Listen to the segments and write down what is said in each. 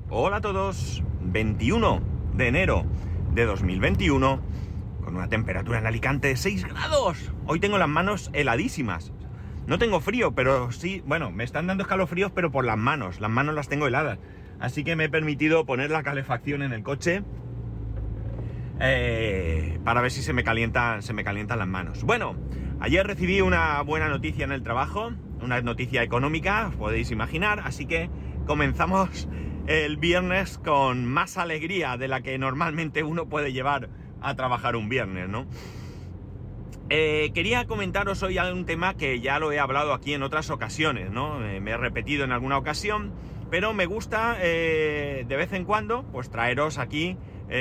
Hola a todos, 21 de enero de 2021, con una temperatura en Alicante de 6 grados. Hoy tengo las manos heladísimas. No tengo frío, pero sí, bueno, me están dando escalofríos, pero por las manos las tengo heladas. Así que me he permitido poner la calefacción en el coche para ver si se me calientan las manos. Bueno, ayer recibí una buena noticia en el trabajo, una noticia económica, os podéis imaginar, así que comenzamos el viernes con más alegría de la que normalmente uno puede llevar a trabajar un viernes, ¿no? Quería comentaros hoy un tema que ya lo he hablado aquí en otras ocasiones, ¿no? Me he repetido en alguna ocasión, pero me gusta de vez en cuando pues traeros aquí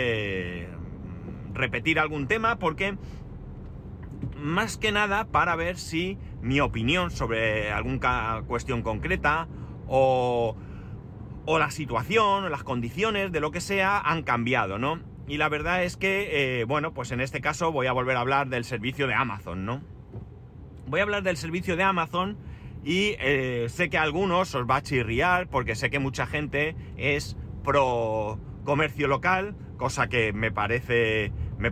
repetir algún tema, porque más que nada para ver si mi opinión sobre alguna cuestión concreta o la situación o las condiciones de lo que sea han cambiado, ¿no? Y la verdad es que, bueno, pues en este caso voy a volver a hablar del servicio de Amazon, ¿no? Voy a hablar del servicio de Amazon y sé que a algunos os va a chirriar porque sé que mucha gente es pro comercio local, cosa que me parece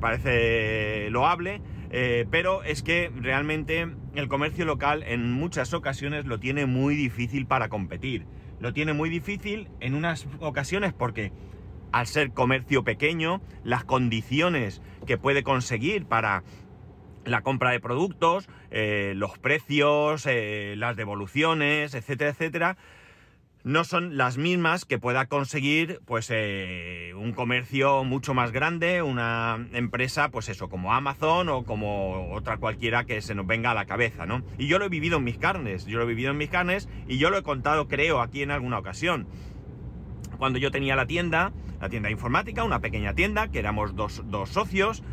loable, pero es que realmente el comercio local en muchas ocasiones lo tiene muy difícil para competir. Lo tiene muy difícil en unas ocasiones porque al ser comercio pequeño, las condiciones que puede conseguir para la compra de productos, los precios, las devoluciones, etcétera, etcétera, no son las mismas que pueda conseguir pues un comercio mucho más grande, una empresa pues eso, como Amazon o como otra cualquiera que se nos venga a la cabeza, ¿no? Y yo lo he vivido en mis carnes, y yo lo he contado, creo, aquí en alguna ocasión. Cuando yo tenía la tienda informática, una pequeña tienda, que éramos dos socios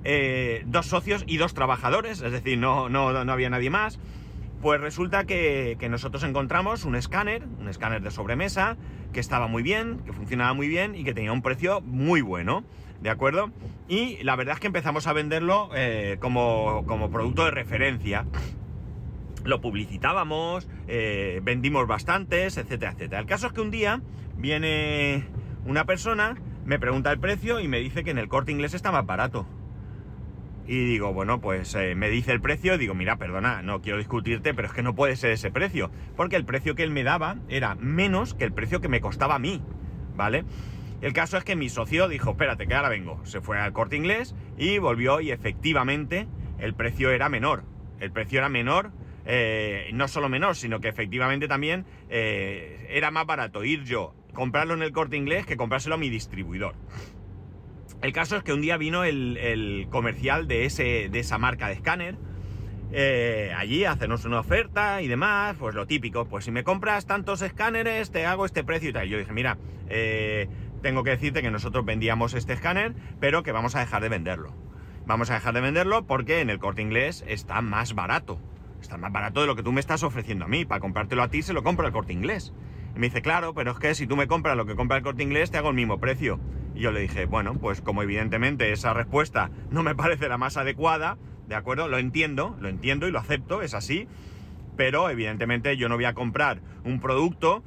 y dos trabajadores, es decir, no había nadie más. Pues resulta que nosotros encontramos un escáner de sobremesa, que estaba muy bien, que funcionaba muy bien y que tenía un precio muy bueno, ¿de acuerdo? Y la verdad es que empezamos a venderlo como producto de referencia. Lo publicitábamos, vendimos bastantes, etcétera, etcétera. El caso es que un día viene una persona, me pregunta el precio y me dice que en el Corte Inglés está más barato. Y digo, bueno, pues me dice el precio, digo, mira, perdona, no quiero discutirte, pero es que no puede ser ese precio, porque el precio que él me daba era menos que el precio que me costaba a mí, ¿vale? El caso es que mi socio dijo, espérate, que ahora vengo. Se fue al Corte Inglés y volvió y efectivamente el precio era menor. No solo menor, sino que efectivamente también era más barato ir yo, comprarlo en el Corte Inglés, que comprárselo a mi distribuidor. El caso es que un día vino el comercial de esa marca de escáner allí a hacernos una oferta y demás, pues lo típico, pues si me compras tantos escáneres te hago este precio y tal. Y yo dije, mira, tengo que decirte que nosotros vendíamos este escáner, pero que vamos a dejar de venderlo. Vamos a dejar de venderlo porque en el Corte Inglés está más barato. Está más barato de lo que tú me estás ofreciendo a mí. Para comprártelo a ti se lo compro al Corte Inglés. Y me dice, claro, pero es que si tú me compras lo que compra el Corte Inglés te hago el mismo precio. Y yo le dije, bueno, pues como evidentemente esa respuesta no me parece la más adecuada, ¿de acuerdo? Lo entiendo y lo acepto, es así, pero evidentemente yo no voy a comprar un producto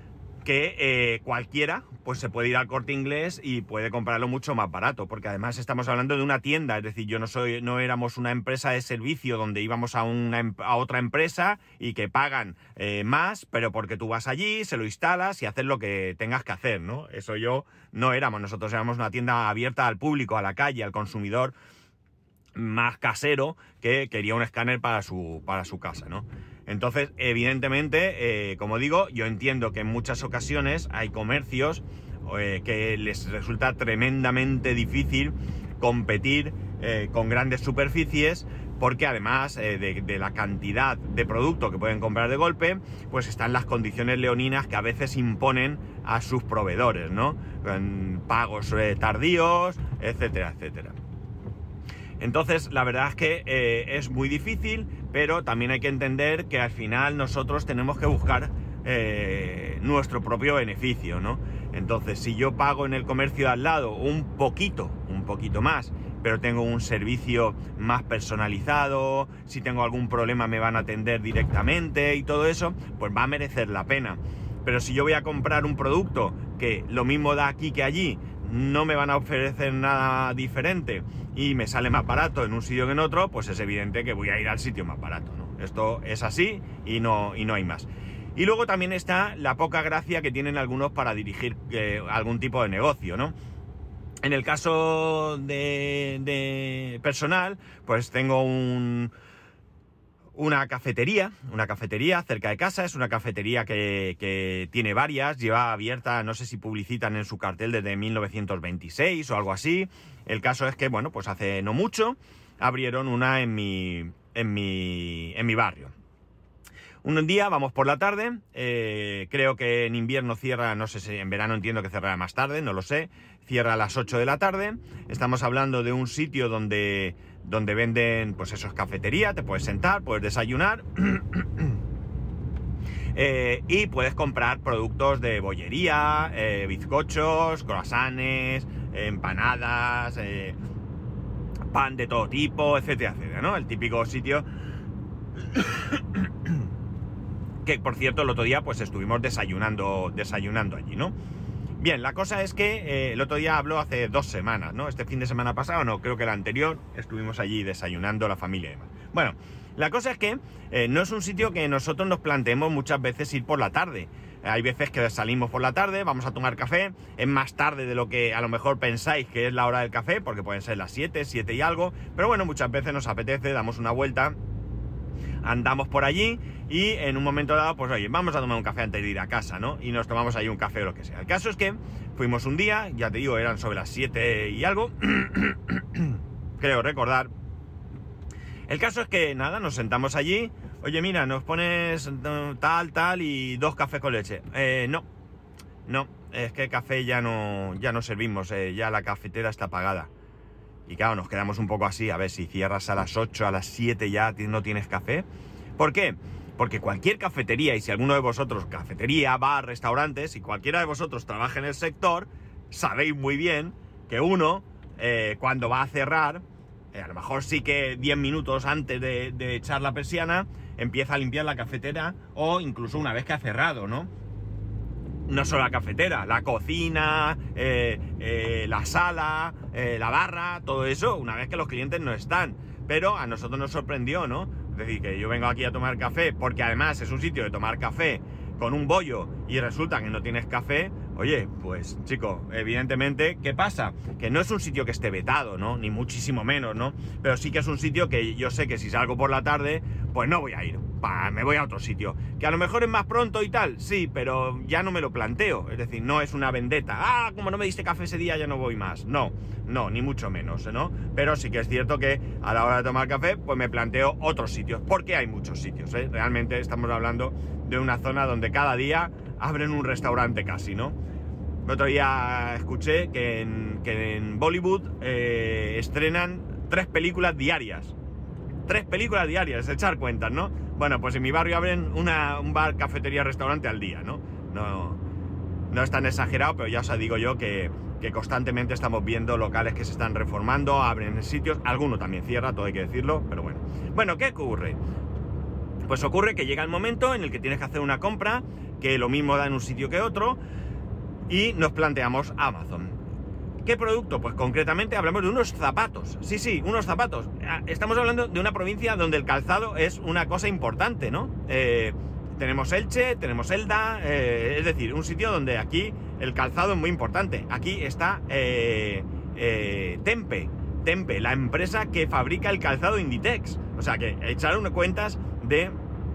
que cualquiera pues se puede ir al Corte Inglés y puede comprarlo mucho más barato, porque además estamos hablando de una tienda, es decir, no éramos una empresa de servicio donde íbamos a otra empresa y que pagan más, pero porque tú vas allí, se lo instalas y haces lo que tengas que hacer, ¿no? Eso nosotros éramos una tienda abierta al público, a la calle, al consumidor más casero que quería un escáner para su casa, ¿no? Entonces, evidentemente, como digo, yo entiendo que en muchas ocasiones hay comercios que les resulta tremendamente difícil competir con grandes superficies, porque además de la cantidad de producto que pueden comprar de golpe, pues están las condiciones leoninas que a veces imponen a sus proveedores, ¿no? Con pagos tardíos, etcétera, etcétera. Entonces, la verdad es que es muy difícil, pero también hay que entender que al final nosotros tenemos que buscar nuestro propio beneficio, ¿no? Entonces, si yo pago en el comercio de al lado un poquito más, pero tengo un servicio más personalizado, si tengo algún problema me van a atender directamente y todo eso, pues va a merecer la pena. Pero si yo voy a comprar un producto que lo mismo da aquí que allí, no me van a ofrecer nada diferente y me sale más barato en un sitio que en otro, pues es evidente que voy a ir al sitio más barato, ¿no? Esto es así y no hay más. Y luego también está la poca gracia que tienen algunos para dirigir algún tipo de negocio, ¿no? En el caso de personal, pues tengo una cafetería cerca de casa. Es una cafetería que tiene varias, lleva abierta, no sé si publicitan en su cartel desde 1926 o algo así. El caso es que, bueno, pues hace no mucho abrieron una en mi barrio. Un día vamos por la tarde, creo que en invierno cierra, no sé si en verano entiendo que cerrará más tarde, no lo sé, cierra a las 8 de la tarde. Estamos hablando de un sitio donde venden, pues eso es cafetería, te puedes sentar, puedes desayunar y puedes comprar productos de bollería, bizcochos, croissants, empanadas, pan de todo tipo, etcétera, etcétera, ¿no? El típico sitio que, por cierto, el otro día pues estuvimos desayunando allí, ¿no? Bien, la cosa es que el otro día habló hace 2 semanas, ¿no? Este fin de semana pasado, no, creo que el anterior, estuvimos allí desayunando la familia y demás. Bueno, la cosa es que no es un sitio que nosotros nos planteemos muchas veces ir por la tarde. Hay veces que salimos por la tarde, vamos a tomar café, es más tarde de lo que a lo mejor pensáis que es la hora del café, porque pueden ser las 7 y algo, pero bueno, muchas veces nos apetece, damos una vuelta, andamos por allí y en un momento dado, pues oye, vamos a tomar un café antes de ir a casa, ¿no? Y nos tomamos ahí un café o lo que sea. El caso es que fuimos un día, ya te digo, eran sobre las 7 y algo, creo recordar. El caso es que nada, nos sentamos allí, oye, mira, nos pones tal y 2 cafés con leche. No, es que café ya no servimos, ya la cafetera está apagada. Y claro, nos quedamos un poco así, a ver si cierras a las 8, a las 7 ya no tienes café. ¿Por qué? Porque cualquier cafetería, y si alguno de vosotros, cafetería, bar, restaurantes, si cualquiera de vosotros trabaja en el sector, sabéis muy bien que uno, cuando va a cerrar, a lo mejor sí que 10 minutos antes de echar la persiana, empieza a limpiar la cafetera, o incluso una vez que ha cerrado, ¿no? No solo la cafetera, la cocina, la sala, la barra, todo eso, una vez que los clientes no están. Pero a nosotros nos sorprendió, ¿no? Es decir, que yo vengo aquí a tomar café, porque además es un sitio de tomar café con un bollo y resulta que no tienes café. Oye, pues chico, evidentemente, ¿qué pasa? Que no es un sitio que esté vetado, ¿no? Ni muchísimo menos, ¿no? Pero sí que es un sitio que yo sé que si salgo por la tarde, pues no voy a ir. Me voy a otro sitio. Que a lo mejor es más pronto y tal, sí, pero ya no me lo planteo. Es decir, no es una vendetta. Como no me diste café ese día, ya no voy más. No, ni mucho menos, ¿no? Pero sí que es cierto que a la hora de tomar café, pues me planteo otros sitios. Porque hay muchos sitios, ¿eh? Realmente estamos hablando de una zona donde cada día abren un restaurante casi, ¿no? El otro día escuché que en Bollywood estrenan 3 películas diarias. 3 películas diarias, echar cuentas, ¿no? Bueno, pues en mi barrio abren un bar, cafetería, restaurante al día, ¿no? No es tan exagerado, pero ya os digo yo que constantemente estamos viendo locales que se están reformando, abren sitios, alguno también cierra, todo hay que decirlo, pero bueno. Bueno, ¿qué ocurre? Pues ocurre que llega el momento en el que tienes que hacer una compra, que lo mismo da en un sitio que otro, y nos planteamos Amazon. ¿Qué producto? Pues concretamente hablamos de unos zapatos. Sí, unos zapatos. Estamos hablando de una provincia donde el calzado es una cosa importante, ¿no? Tenemos Elche, tenemos Elda, es decir, un sitio donde aquí el calzado es muy importante. Aquí está Tempe, la empresa que fabrica el calzado Inditex. O sea que echaron cuentas de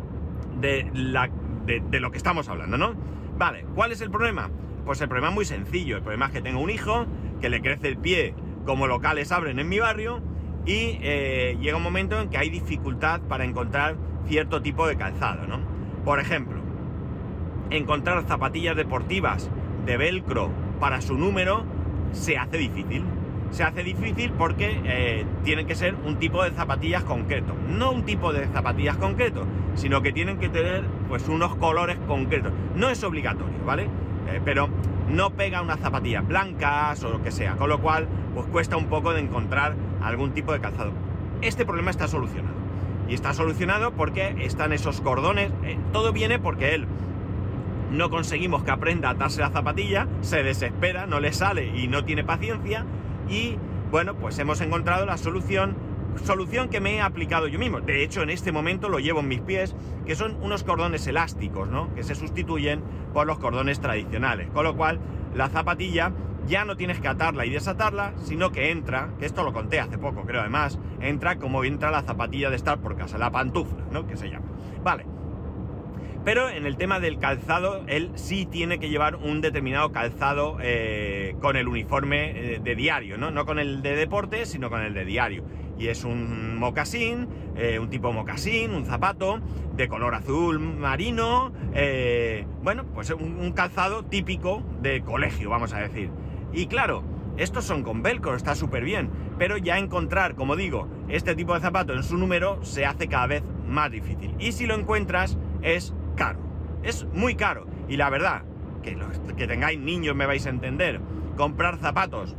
lo que estamos hablando, ¿no? Vale, ¿cuál es el problema? Pues el problema es muy sencillo. El problema es que tengo un hijo, que le crece el pie como locales abren en mi barrio y llega un momento en que hay dificultad para encontrar cierto tipo de calzado, ¿no? Por ejemplo, encontrar zapatillas deportivas de velcro para su número se hace difícil. Se hace difícil porque tienen que ser un tipo de zapatillas concreto. No un tipo de zapatillas concreto, sino que tienen que tener pues unos colores concretos. No es obligatorio, ¿vale? Pero no pega unas zapatillas blancas o lo que sea, con lo cual pues cuesta un poco de encontrar algún tipo de calzado. Este problema está solucionado. Y está solucionado porque están esos cordones. Todo viene porque él no conseguimos que aprenda a atarse la zapatilla, se desespera, no le sale y no tiene paciencia, y bueno, pues hemos encontrado la solución que me he aplicado yo mismo. De hecho, en este momento lo llevo en mis pies, que son unos cordones elásticos, ¿no? Que se sustituyen por los cordones tradicionales, con lo cual la zapatilla ya no tienes que atarla y desatarla, sino que entra, que esto lo conté hace poco, creo, además, entra como entra la zapatilla de estar por casa, la pantufla, ¿no? Que se llama. Vale. Pero en el tema del calzado, él sí tiene que llevar un determinado calzado con el uniforme de diario, ¿no? No con el de deporte, sino con el de diario. Y es un mocasín, un tipo mocasín, un zapato de color azul marino, bueno, pues un calzado típico de colegio, vamos a decir. Y claro, estos son con velcro, está súper bien, pero ya encontrar, como digo, este tipo de zapato en su número se hace cada vez más difícil. Y si lo encuentras, es caro, es muy caro. Y la verdad, que los que tengáis niños me vais a entender, comprar zapatos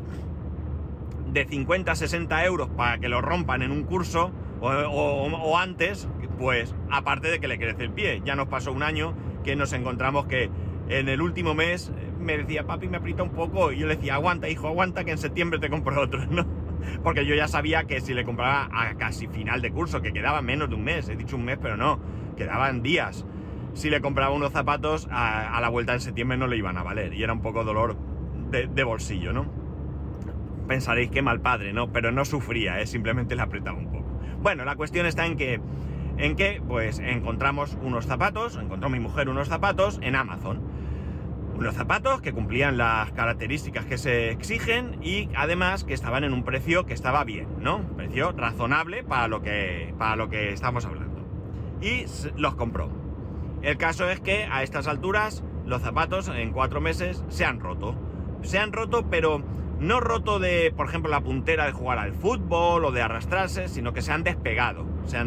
de 50 a 60 euros para que lo rompan en un curso o antes, pues aparte de que le crece el pie. Ya nos pasó un año que nos encontramos que en el último mes me decía, papi, me aprieta un poco, y yo le decía, aguanta, hijo, aguanta, que en septiembre te compro otro, ¿no? Porque yo ya sabía que si le compraba a casi final de curso, que quedaba menos de un mes, he dicho un mes, pero no, quedaban días, si le compraba unos zapatos a la vuelta en septiembre no le iban a valer, y era un poco dolor de bolsillo, ¿no? Pensaréis que mal padre, ¿no? Pero no sufría, simplemente le apretaba un poco. Bueno, la cuestión está en que pues encontramos encontró mi mujer unos zapatos en Amazon. Unos zapatos que cumplían las características que se exigen y además que estaban en un precio que estaba bien, ¿no? Un precio razonable para lo que estamos hablando. Y los compró. El caso es que a estas alturas los zapatos en 4 meses se han roto. Se han roto, pero no roto de, por ejemplo, la puntera de jugar al fútbol o de arrastrarse, sino que se han despegado.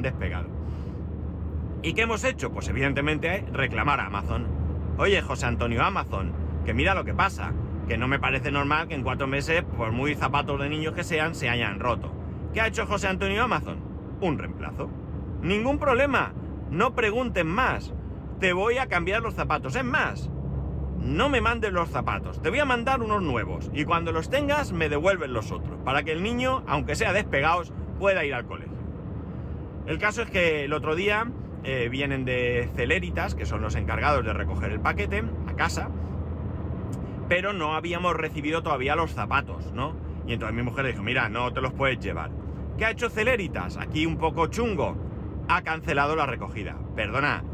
¿Y qué hemos hecho? Pues evidentemente reclamar a Amazon. Oye, José Antonio, Amazon, que mira lo que pasa, que no me parece normal que en 4 meses, por muy zapatos de niños que sean, se hayan roto. ¿Qué ha hecho José Antonio Amazon? Un reemplazo. Ningún problema, no pregunten más. Te voy a cambiar los zapatos. Es más, no me mandes los zapatos, te voy a mandar unos nuevos y cuando los tengas me devuelven los otros, para que el niño, aunque sea despegados, pueda ir al colegio. El caso es que el otro día vienen de Celeritas, que son los encargados de recoger el paquete a casa, pero no habíamos recibido todavía los zapatos, ¿no? Y entonces mi mujer le dijo, mira, no te los puedes llevar. ¿Qué ha hecho Celeritas? Aquí un poco chungo. Ha cancelado la recogida. Perdona,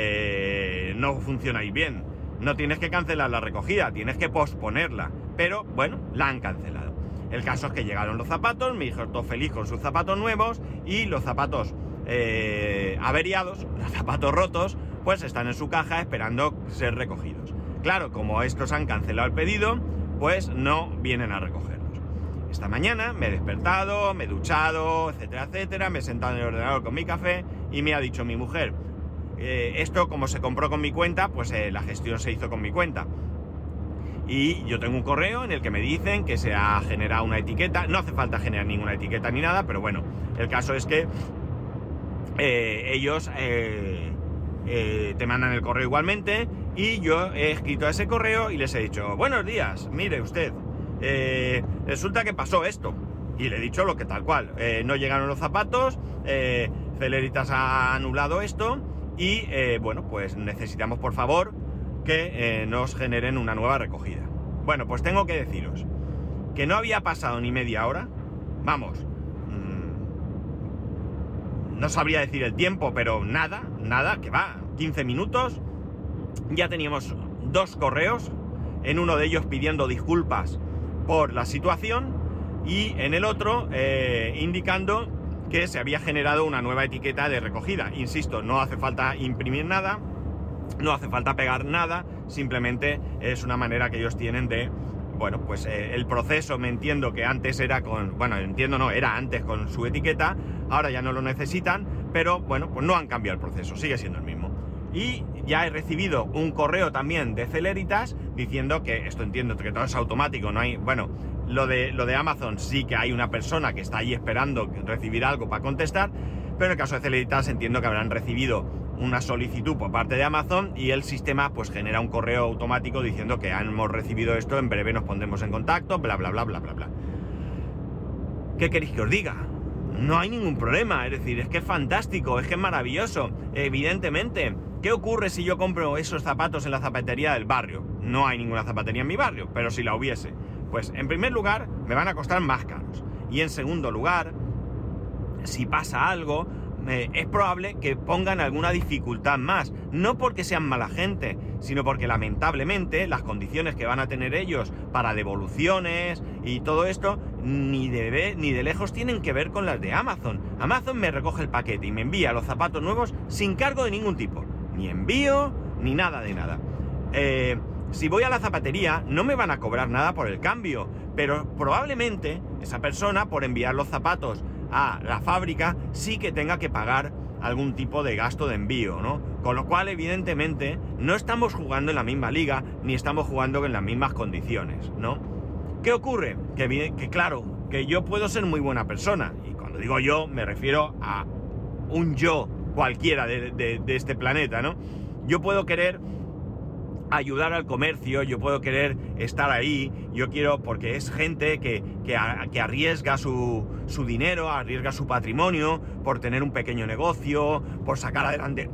no funcionáis bien. No tienes que cancelar la recogida, tienes que posponerla. Pero, bueno, la han cancelado. El caso es que llegaron los zapatos, mi hijo todo feliz con sus zapatos nuevos y los zapatos averiados, los zapatos rotos, pues están en su caja esperando ser recogidos. Claro, como estos han cancelado el pedido, pues no vienen a recogerlos. Esta mañana me he despertado, me he duchado, etcétera, etcétera, me he sentado en el ordenador con mi café y me ha dicho mi mujer, esto como se compró con mi cuenta, pues la gestión se hizo con mi cuenta. Y yo tengo un correo en el que me dicen que se ha generado una etiqueta, no hace falta generar ninguna etiqueta ni nada, pero bueno, el caso es que ellos te mandan el correo igualmente y yo he escrito a ese correo y les he dicho, buenos días, mire usted, resulta que pasó esto. Y le he dicho lo que tal cual, no llegaron los zapatos, Celeritas ha anulado esto y bueno, pues necesitamos por favor que nos generen una nueva recogida. Bueno, pues tengo que deciros que no había pasado ni media hora, vamos, no sabría decir el tiempo, pero nada, que va, 15 minutos, ya teníamos 2 correos, en uno de ellos pidiendo disculpas por la situación y en el otro indicando que se había generado una nueva etiqueta de recogida. Insisto, no hace falta imprimir nada, no hace falta pegar nada, simplemente es una manera que ellos tienen de, bueno, pues el proceso, me entiendo que antes era con, bueno, entiendo no, era antes con su etiqueta, ahora ya no lo necesitan, pero bueno, pues no han cambiado el proceso, sigue siendo el mismo. Y ya he recibido un correo también de Celeritas diciendo que, esto entiendo que todo es automático, no hay, bueno, lo de Amazon sí que hay una persona que está ahí esperando recibir algo para contestar, pero en el caso de Celeritas entiendo que habrán recibido una solicitud por parte de Amazon y el sistema pues genera un correo automático diciendo que hemos recibido esto, en breve nos pondremos en contacto, bla bla bla bla bla bla. ¿Qué queréis que os diga? No hay ningún problema, es decir, es que es fantástico, es que es maravilloso, evidentemente. ¿Qué ocurre si yo compro esos zapatos en la zapatería del barrio? No hay ninguna zapatería en mi barrio, pero si la hubiese, pues en primer lugar me van a costar más caros. Y en segundo lugar, si pasa algo, es probable que pongan alguna dificultad más. No porque sean mala gente, sino porque lamentablemente las condiciones que van a tener ellos para devoluciones y todo esto, ni de lejos tienen que ver con las de Amazon. Amazon me recoge el paquete y me envía los zapatos nuevos sin cargo de ningún tipo. Ni envío, ni nada de nada. Si voy a la zapatería, no me van a cobrar nada por el cambio, pero probablemente esa persona, por enviar los zapatos a la fábrica, sí que tenga que pagar algún tipo de gasto de envío, ¿no? Con lo cual, evidentemente, no estamos jugando en la misma liga, ni estamos jugando en las mismas condiciones, ¿no? ¿Qué ocurre? Que claro, que yo puedo ser muy buena persona, y cuando digo yo, me refiero a un yo cualquiera de este planeta, ¿no? Yo puedo querer ayudar al comercio, yo puedo querer estar ahí, yo quiero, porque es gente que arriesga su dinero, arriesga su patrimonio por tener un pequeño negocio, por sacar adelante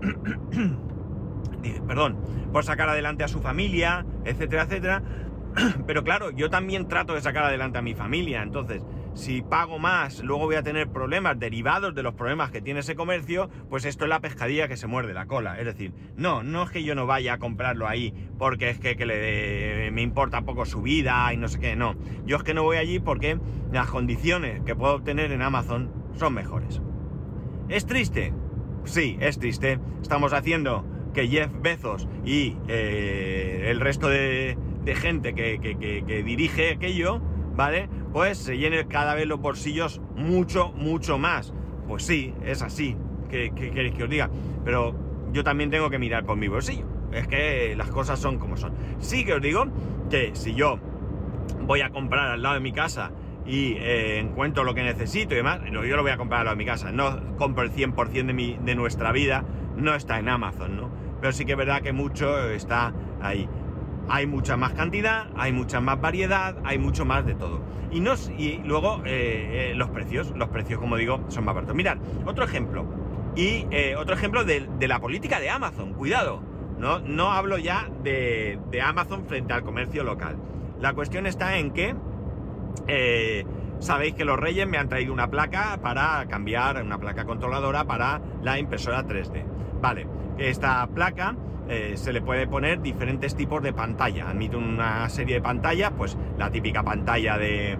por sacar adelante a su familia, etcétera, etcétera. Pero claro, yo también trato de sacar adelante a mi familia, entonces si pago más, luego voy a tener problemas derivados de los problemas que tiene ese comercio, pues esto es la pescadilla que se muerde la cola. Es decir, no es que yo no vaya a comprarlo ahí porque es que me importa poco su vida y no sé qué, no. Yo es que no voy allí porque las condiciones que puedo obtener en Amazon son mejores. ¿Es triste? Sí, es triste. Estamos haciendo que Jeff Bezos y el resto de gente que dirige aquello, ¿vale? Pues se llenen cada vez los bolsillos mucho más. Pues sí, es así. ¿Qué queréis que os diga? Pero yo también tengo que mirar por mi bolsillo. Es que las cosas son como son. Sí que os digo que si yo voy a comprar al lado de mi casa y encuentro lo que necesito y demás, yo lo voy a comprar al lado de mi casa. No compro el 100% de nuestra vida, no está en Amazon, ¿no? Pero sí que es verdad que mucho está ahí. Hay mucha más cantidad, hay mucha más variedad, hay mucho más de todo. Y luego los precios, como digo, son más baratos. Mirad, otro ejemplo. Y otro ejemplo de la política de Amazon. Cuidado, no hablo ya de Amazon frente al comercio local. La cuestión está en que sabéis que los Reyes me han traído una placa para cambiar, una placa controladora para la impresora 3D. Vale, esta placa se le puede poner diferentes tipos de pantalla. Admite una serie de pantallas, pues la típica pantalla de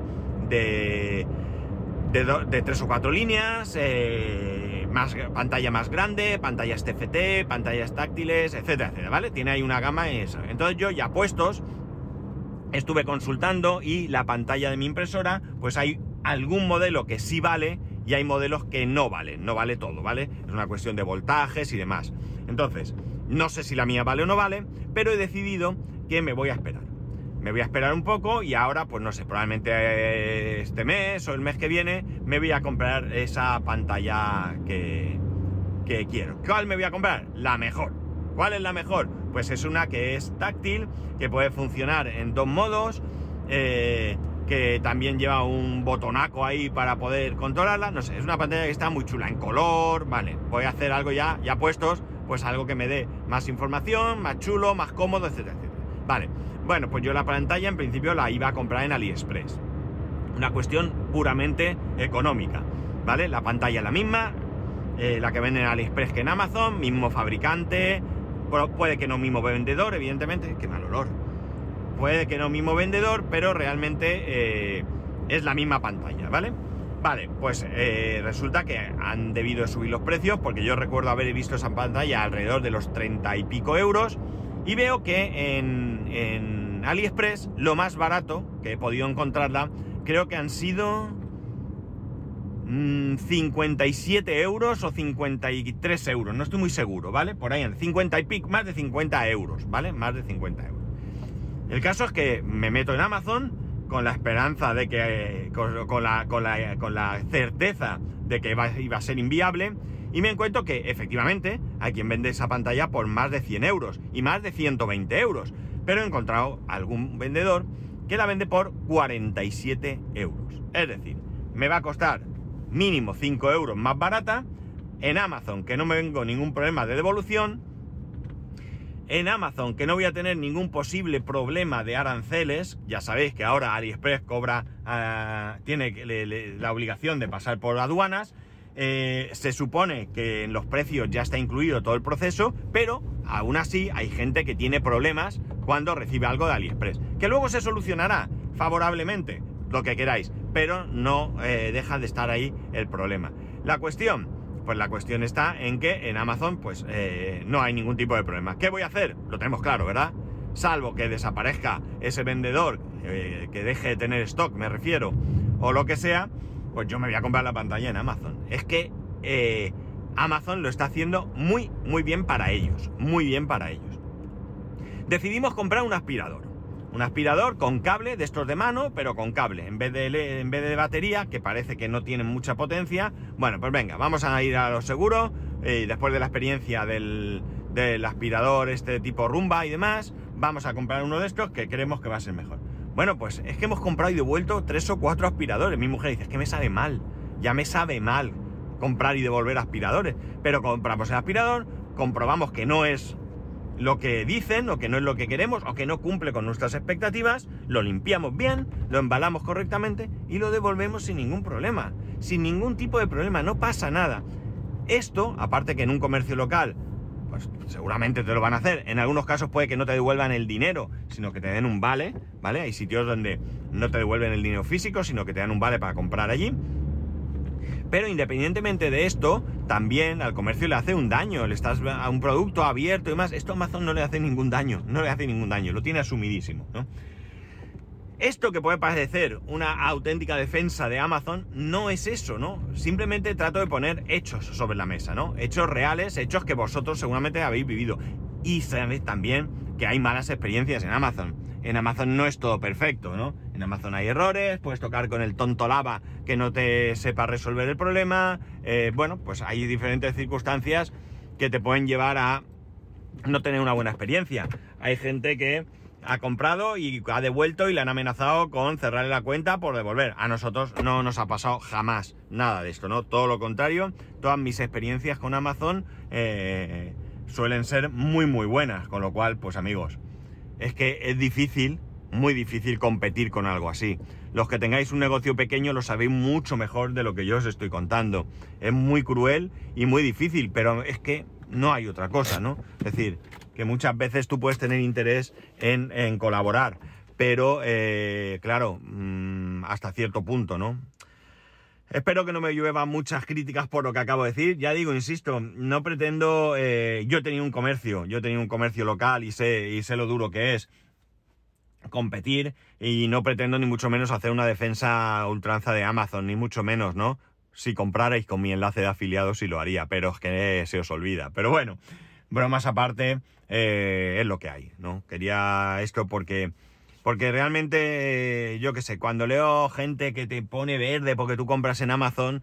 3 o 4 líneas, pantalla más grande, pantallas TFT, pantallas táctiles, etcétera, etcétera, ¿vale? Tiene ahí una gama y eso. Entonces yo ya puestos, estuve consultando y la pantalla de mi impresora, pues hay algún modelo que sí vale y hay modelos que no valen, no vale todo, ¿vale? Es una cuestión de voltajes y demás. Entonces, no sé si la mía vale o no vale, pero he decidido que me voy a esperar. Me voy a esperar un poco y ahora, pues no sé, probablemente este mes o el mes que viene me voy a comprar esa pantalla que quiero. ¿Cuál me voy a comprar? La mejor. ¿Cuál es la mejor? Pues es una que es táctil, que puede funcionar en 2 modos, que también lleva un botonaco ahí para poder controlarla. No sé, es una pantalla que está muy chula en color, vale. Voy a hacer algo ya puestos, pues algo que me dé más información, más chulo, más cómodo, etcétera, etcétera. Vale, bueno, pues yo la pantalla en principio la iba a comprar en AliExpress. Una cuestión puramente económica, ¿vale? La pantalla es la misma, la que venden en AliExpress que en Amazon, mismo fabricante, puede que no mismo vendedor, evidentemente, qué mal olor. Puede que no mismo vendedor, pero realmente es la misma pantalla, ¿vale? Vale, pues resulta que han debido subir los precios, porque yo recuerdo haber visto esa pantalla alrededor de los 30 y pico euros, y veo que en AliExpress lo más barato que he podido encontrarla, creo que han sido 57 euros o 53 euros, no estoy muy seguro, ¿vale? Por ahí en 50 y pico, más de 50 euros, ¿vale? Más de 50 euros. El caso es que me meto en Amazon con la esperanza de que, con la certeza de que iba a ser inviable, Y me encuentro que efectivamente hay quien vende esa pantalla por más de 100 euros y más de 120 euros. Pero he encontrado algún vendedor que la vende por 47 euros. Es decir, me va a costar mínimo 5 euros más barata. En Amazon, que no me vengo ningún problema de devolución. En Amazon, que no voy a tener ningún posible problema de aranceles. Ya sabéis que ahora AliExpress tiene la obligación de pasar por aduanas. Se supone que en los precios ya está incluido todo el proceso, pero aún así hay gente que tiene problemas cuando recibe algo de AliExpress. Que luego se solucionará favorablemente, lo que queráis, pero no deja de estar ahí el problema. La cuestión está en que en Amazon pues no hay ningún tipo de problema. ¿Qué voy a hacer? Lo tenemos claro, ¿verdad? Salvo que desaparezca ese vendedor, que deje de tener stock, me refiero, o lo que sea, pues yo me voy a comprar la pantalla en Amazon. Es que Amazon lo está haciendo muy, muy bien para ellos. Muy bien para ellos. Decidimos comprar un aspirador. Un aspirador con cable, de estos de mano, pero con cable. En vez de batería, que parece que no tienen mucha potencia. Bueno, pues venga, vamos a ir a lo seguro. Después de la experiencia del aspirador este tipo Rumba y demás, vamos a comprar uno de estos que creemos que va a ser mejor. Bueno, pues es que hemos comprado y devuelto 3 o 4 aspiradores. Mi mujer dice, es que me sabe mal. Ya me sabe mal comprar y devolver aspiradores. Pero compramos el aspirador, comprobamos que no es lo que dicen, o que no es lo que queremos, o que no cumple con nuestras expectativas, lo limpiamos bien, lo embalamos correctamente y lo devolvemos sin ningún problema, sin ningún tipo de problema, no pasa nada. Esto, aparte que en un comercio local, pues seguramente te lo van a hacer, en algunos casos puede que no te devuelvan el dinero, sino que te den un vale, ¿vale? Hay sitios donde no te devuelven el dinero físico, sino que te dan un vale para comprar allí. Pero independientemente de esto, también al comercio le hace un daño. Le estás a un producto abierto y demás. Esto a Amazon no le hace ningún daño. No le hace ningún daño. Lo tiene asumidísimo, ¿no? Esto que puede parecer una auténtica defensa de Amazon no es eso, ¿no? Simplemente trato de poner hechos sobre la mesa, ¿no? Hechos reales, hechos que vosotros seguramente habéis vivido. Y sabéis también que hay malas experiencias en Amazon. En Amazon no es todo perfecto, ¿no? En Amazon hay errores, puedes tocar con el tonto lava que no te sepa resolver el problema. Bueno, pues hay diferentes circunstancias que te pueden llevar a no tener una buena experiencia. Hay gente que ha comprado y ha devuelto y le han amenazado con cerrarle la cuenta por devolver. A nosotros no nos ha pasado jamás nada de esto, ¿no? Todo lo contrario, todas mis experiencias con Amazon suelen ser muy muy buenas, con lo cual, pues amigos, es que es difícil, muy difícil competir con algo así. Los que tengáis un negocio pequeño lo sabéis mucho mejor de lo que yo os estoy contando. Es muy cruel y muy difícil, pero es que no hay otra cosa, ¿no? Es decir, que muchas veces tú puedes tener interés en colaborar, pero claro, hasta cierto punto, ¿no? Espero que no me lluevan muchas críticas por lo que acabo de decir. Ya digo, insisto, no pretendo... yo tenía un comercio local y sé lo duro que es competir, y no pretendo ni mucho menos hacer una defensa a ultranza de Amazon, ni mucho menos, ¿no? Si comprarais con mi enlace de afiliados sí lo haría, pero es que se os olvida. Pero bueno, bromas aparte, es lo que hay, ¿no? Quería esto porque realmente, yo qué sé, cuando leo gente que te pone verde porque tú compras en Amazon,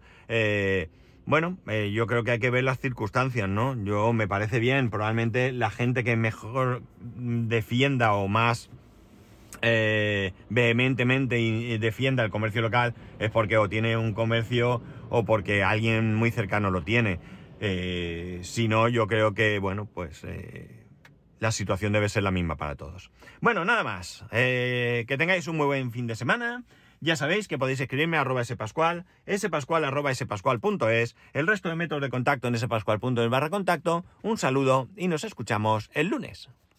yo creo que hay que ver las circunstancias, ¿no? Me parece bien, probablemente la gente que mejor defienda o más vehementemente y defienda el comercio local es porque o tiene un comercio o porque alguien muy cercano lo tiene. Si no, yo creo que, la situación debe ser la misma para todos. Bueno, nada más. Que tengáis un muy buen fin de semana. Ya sabéis que podéis escribirme a @spascual, spascual@spascual.es, el resto de métodos de contacto en spascual.es/contacto. Un saludo y nos escuchamos el lunes.